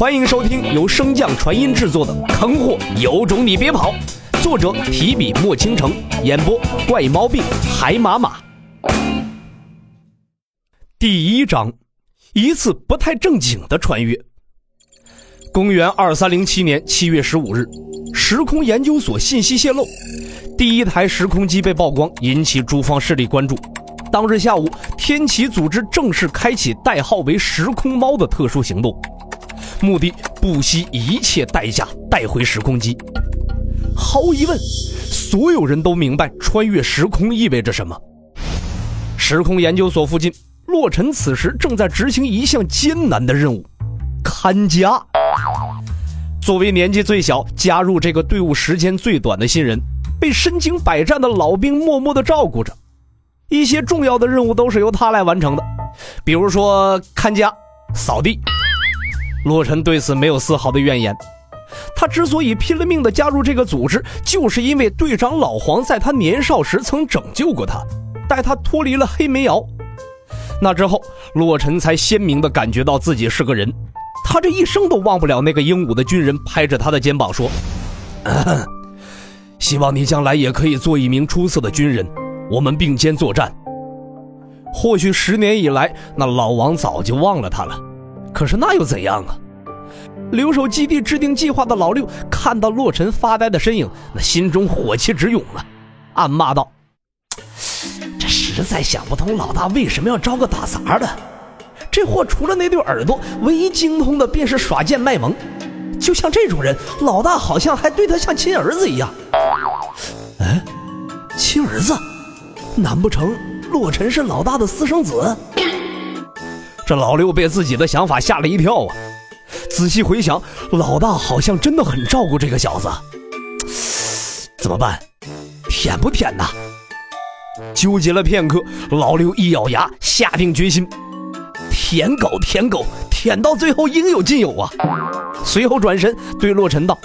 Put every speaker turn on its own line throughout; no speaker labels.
欢迎收听由升降传音制作的《坑货有种你别跑》，作者提笔墨倾城，演播怪毛病海马马。第一章，一次不太正经的穿越。公元2307年7月15日，时空研究所信息泄露，第一台时空机被曝光，引起诸方势力关注。当日下午，天启组织正式开启代号为时空猫的特殊行动，目的不惜一切代价带回时空机。毫无疑问，所有人都明白穿越时空意味着什么。时空研究所附近，洛尘此时正在执行一项艰难的任务——看家。作为年纪最小、加入这个队伍时间最短的新人，被身经百战的老兵默默地照顾着。一些重要的任务都是由他来完成的，比如说看家、扫地。洛尘对此没有丝毫的怨言。他之所以拼了命地加入这个组织，就是因为队长老黄在他年少时曾拯救过他，带他脱离了黑煤窑。那之后，洛尘才鲜明地感觉到自己是个人。他这一生都忘不了那个英武的军人拍着他的肩膀说：希望你将来也可以做一名出色的军人，我们并肩作战。或许10年以来，那老王早就忘了他了，可是那又怎样啊？留守基地制定计划的老六看到洛尘发呆的身影，那心中火气直涌啊，暗骂道：这实在想不通老大为什么要招个打杂的。这货除了那对耳朵，唯一精通的便是耍贱卖萌。就像这种人，老大好像还对他像亲儿子一样。亲儿子？难不成洛尘是老大的私生子？这老六被自己的想法吓了一跳啊！仔细回想，老大好像真的很照顾这个小子。怎么办？舔不舔呢？纠结了片刻，老六一咬牙，下定决心：舔狗，舔到最后应有尽有啊！随后转身对洛尘道：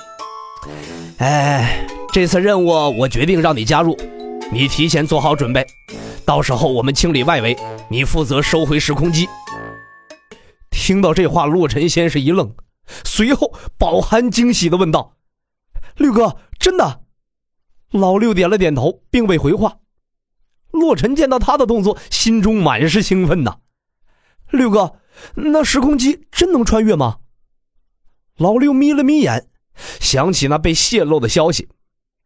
这次任务我决定让你加入，你提前做好准备，到时候我们清理外围，你负责收回时空机。听到这话，洛尘先是一愣，随后饱含惊喜地问道：六哥，真的？老六点了点头，并未回话。洛尘见到他的动作，心中满是兴奋呐。六哥，那时空机真能穿越吗？老六眯了眯眼，想起那被泄露的消息。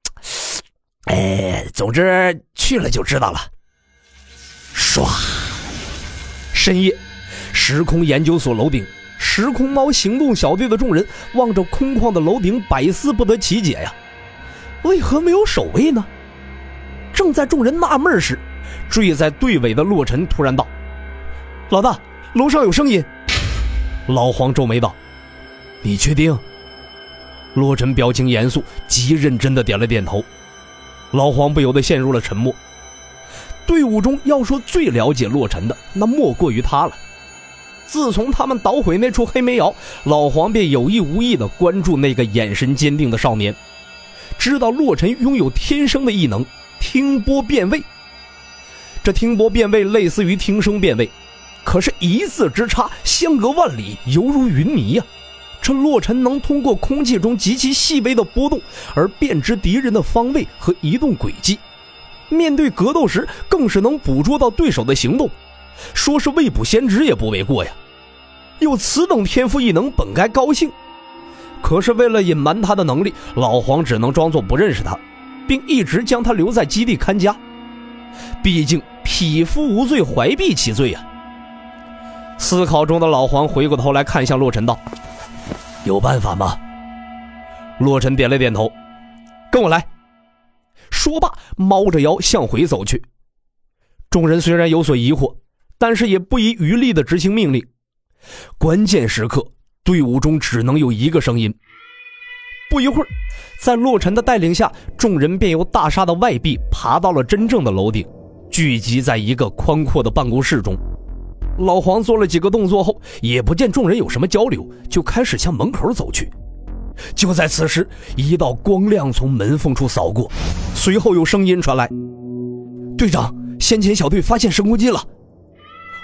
总之去了就知道了。唰！深夜，时空研究所楼顶，时空猫行动小队的众人望着空旷的楼顶，百思不得其解呀。为何没有守卫呢？正在众人纳闷时，坠在队尾的洛尘突然道：老大，楼上有声音。老黄皱眉道：你确定？洛尘表情严肃，极认真地点了点头。老黄不由得陷入了沉默。队伍中要说最了解洛尘的，那莫过于他了。自从他们捣毁那处黑煤窑，老黄便有意无意地关注那个眼神坚定的少年，知道洛尘拥有天生的异能听波辨位。这听波辨位类似于听声辨位，可是一字之差，相隔万里，犹如云泥啊！这洛尘能通过空气中极其细微的波动而辨知敌人的方位和移动轨迹，面对格斗时更是能捕捉到对手的行动，说是未卜先知也不为过呀。有此等天赋异能本该高兴，可是为了隐瞒他的能力，老黄只能装作不认识他，并一直将他留在基地看家。毕竟匹夫无罪，怀璧其罪啊！思考中的老黄回过头来看向洛尘道：有办法吗？洛尘点了点头：跟我来。说罢，猫着腰向回走去。众人虽然有所疑惑，但是也不遗余力地执行命令。关键时刻，队伍中只能有一个声音。不一会儿，在洛尘的带领下，众人便由大厦的外壁爬到了真正的楼顶，聚集在一个宽阔的办公室中。老黄做了几个动作后，也不见众人有什么交流，就开始向门口走去。就在此时，一道光亮从门缝处扫过，随后有声音传来：队长，先前小队发现时空机了。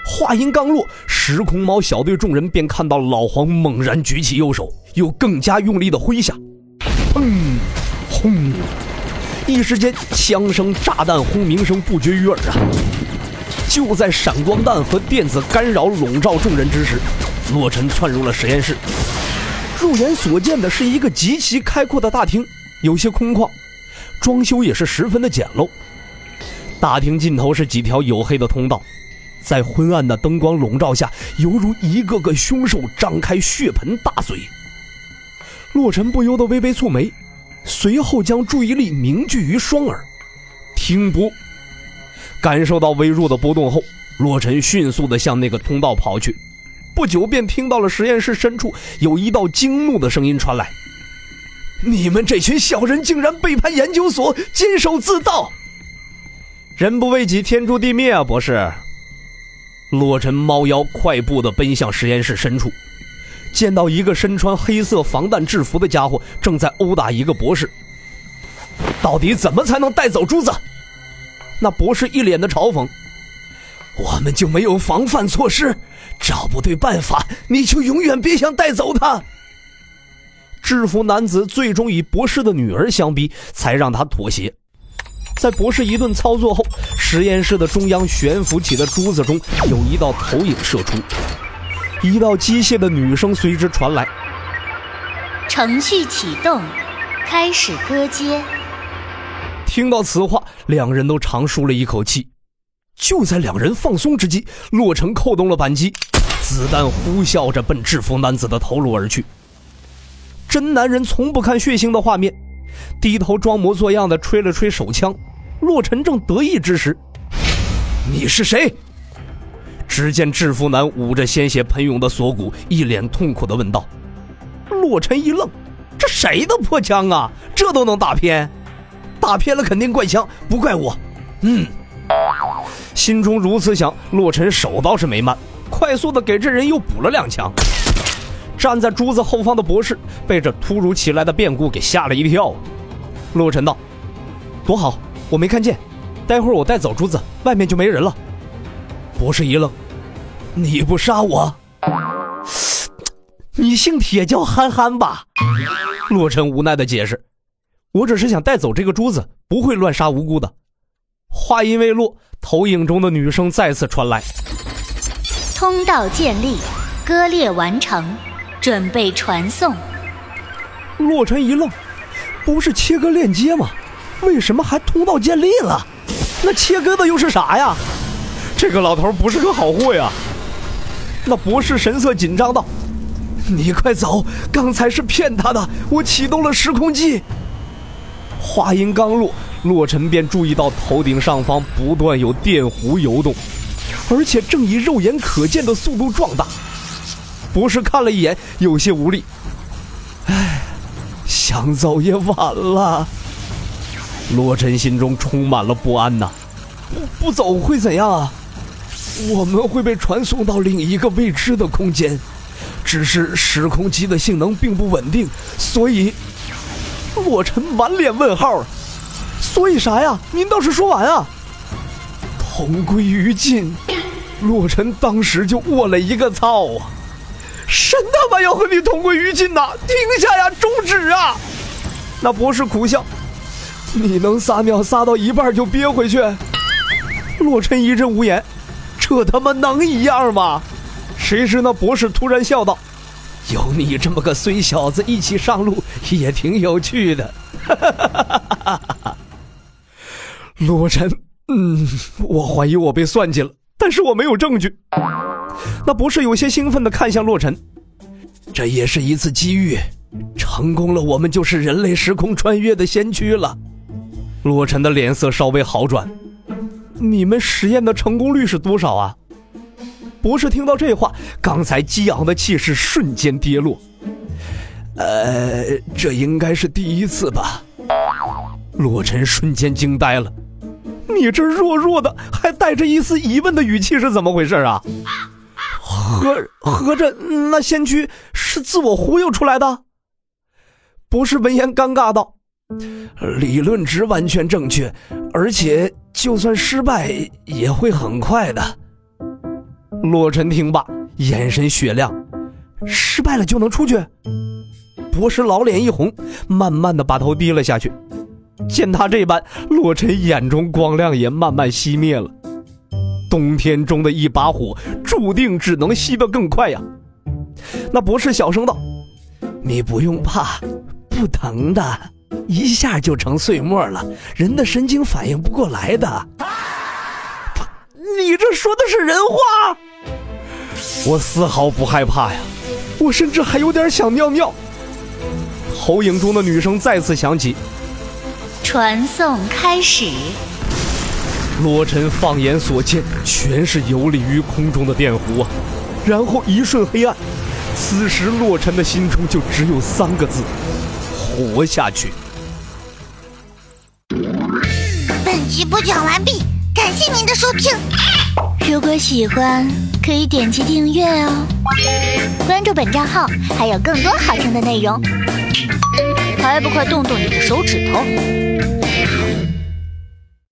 话音刚落，时空猫小队众人便看到老黄猛然举起右手，又更加用力地挥下。砰！轰！一时间，枪声、炸弹轰鸣声不绝于耳啊！就在闪光弹和电子干扰笼罩众人之时，洛尘窜入了实验室。入眼所见的是一个极其开阔的大厅，有些空旷，装修也是十分的简陋。大厅尽头是几条黝黑的通道，在昏暗的灯光笼罩下，犹如一个个凶兽张开血盆大嘴。洛尘不由得微微蹙眉，随后将注意力凝聚于双耳，听播。感受到微弱的波动后，洛尘迅速地向那个通道跑去。不久便听到了实验室深处有一道惊怒的声音传来：你们这群小人竟然背叛研究所，监守自盗！人不为己，天诛地灭啊，博士！洛尘猫腰快步地奔向实验室深处，见到一个身穿黑色防弹制服的家伙正在殴打一个博士。到底怎么才能带走珠子？那博士一脸的嘲讽：我们就没有防范措施，找不对办法，你就永远别想带走他。制服男子最终以博士的女儿相逼，才让他妥协。在博士一顿操作后，实验室的中央悬浮起的珠子中有一道投影射出，一道机械的女声随之传来：
程序启动，开始割接。
听到此话，两人都长舒了一口气。就在两人放松之际，洛尘扣动了扳机，子弹呼啸着奔制服男子的头颅而去。真男人从不看血腥的画面，低头装模作样的吹了吹手枪。洛尘正得意之时，你是谁？只见制服男捂着鲜血喷涌的锁骨，一脸痛苦地问道。洛尘一愣，这谁的破枪啊，这都能打偏？打偏了肯定怪枪，不怪我。心中如此想，洛尘手倒是没慢，快速地给这人又补了2枪。站在珠子后方的博士被这突如其来的变故给吓了一跳。洛尘道：躲好，我没看见，待会儿我带走珠子，外面就没人了。博士一愣：你不杀我？你姓铁叫憨憨吧？洛尘无奈地解释：我只是想带走这个珠子，不会乱杀无辜的。话音未落，投影中的女声再次传来：
通道建立，割裂完成，准备传送。
洛尘一愣，不是切割链接吗？为什么还通道建立了？那切割的又是啥呀？这个老头不是个好货呀。那博士神色紧张道：你快走，刚才是骗他的，我启动了时空机。话音刚落，洛尘便注意到头顶上方不断有电弧游动，而且正以肉眼可见的速度壮大。博士看了一眼，有些无力：想走也晚了。洛尘心中充满了不安呐，不走会怎样啊？我们会被传送到另一个未知的空间，只是时空机的性能并不稳定，所以……洛尘满脸问号。所以啥呀？您倒是说完啊！同归于尽。洛尘当时就握了一个操啊！谁他妈要和你同归于尽呐？停下呀，终止啊！那博士苦笑：你能撒尿撒到一半就憋回去？洛尘一阵无言，这他妈能一样吗？谁知那博士突然笑道：有你这么个衰小子一起上路也挺有趣的。洛尘，我怀疑我被算计了，但是我没有证据。那博士有些兴奋地看向洛尘：这也是一次机遇，成功了我们就是人类时空穿越的先驱了。洛尘的脸色稍微好转：你们实验的成功率是多少啊？博士听到这话，刚才激昂的气势瞬间跌落。这应该是第一次吧。洛尘瞬间惊呆了，你这弱弱的还带着一丝疑问的语气是怎么回事啊？合着那先驱是自我忽悠出来的？博士闻言尴尬道：理论值完全正确，而且就算失败也会很快的。 洛尘听罢，眼神雪亮，失败了就能出去？博士老脸一红，慢慢的把头低了下去。见他这般，洛尘眼中光亮也慢慢熄灭了。冬天中的一把火，注定只能熄得更快呀。那博士小声道：你不用怕，不疼的，一下就成碎末了，人的神经反应不过来的。你这说的是人话？我丝毫不害怕呀，我甚至还有点想尿尿。投影中的女声再次响起，
传送开始。
洛尘放眼所见，全是游离于空中的电弧啊，然后一瞬黑暗。此时洛尘的心中就只有3个字：活下去。
本集播讲完毕，感谢您的收听。
如果喜欢，可以点击订阅哦，关注本账号，还有更多好听的内容。还不快动动你的手指头！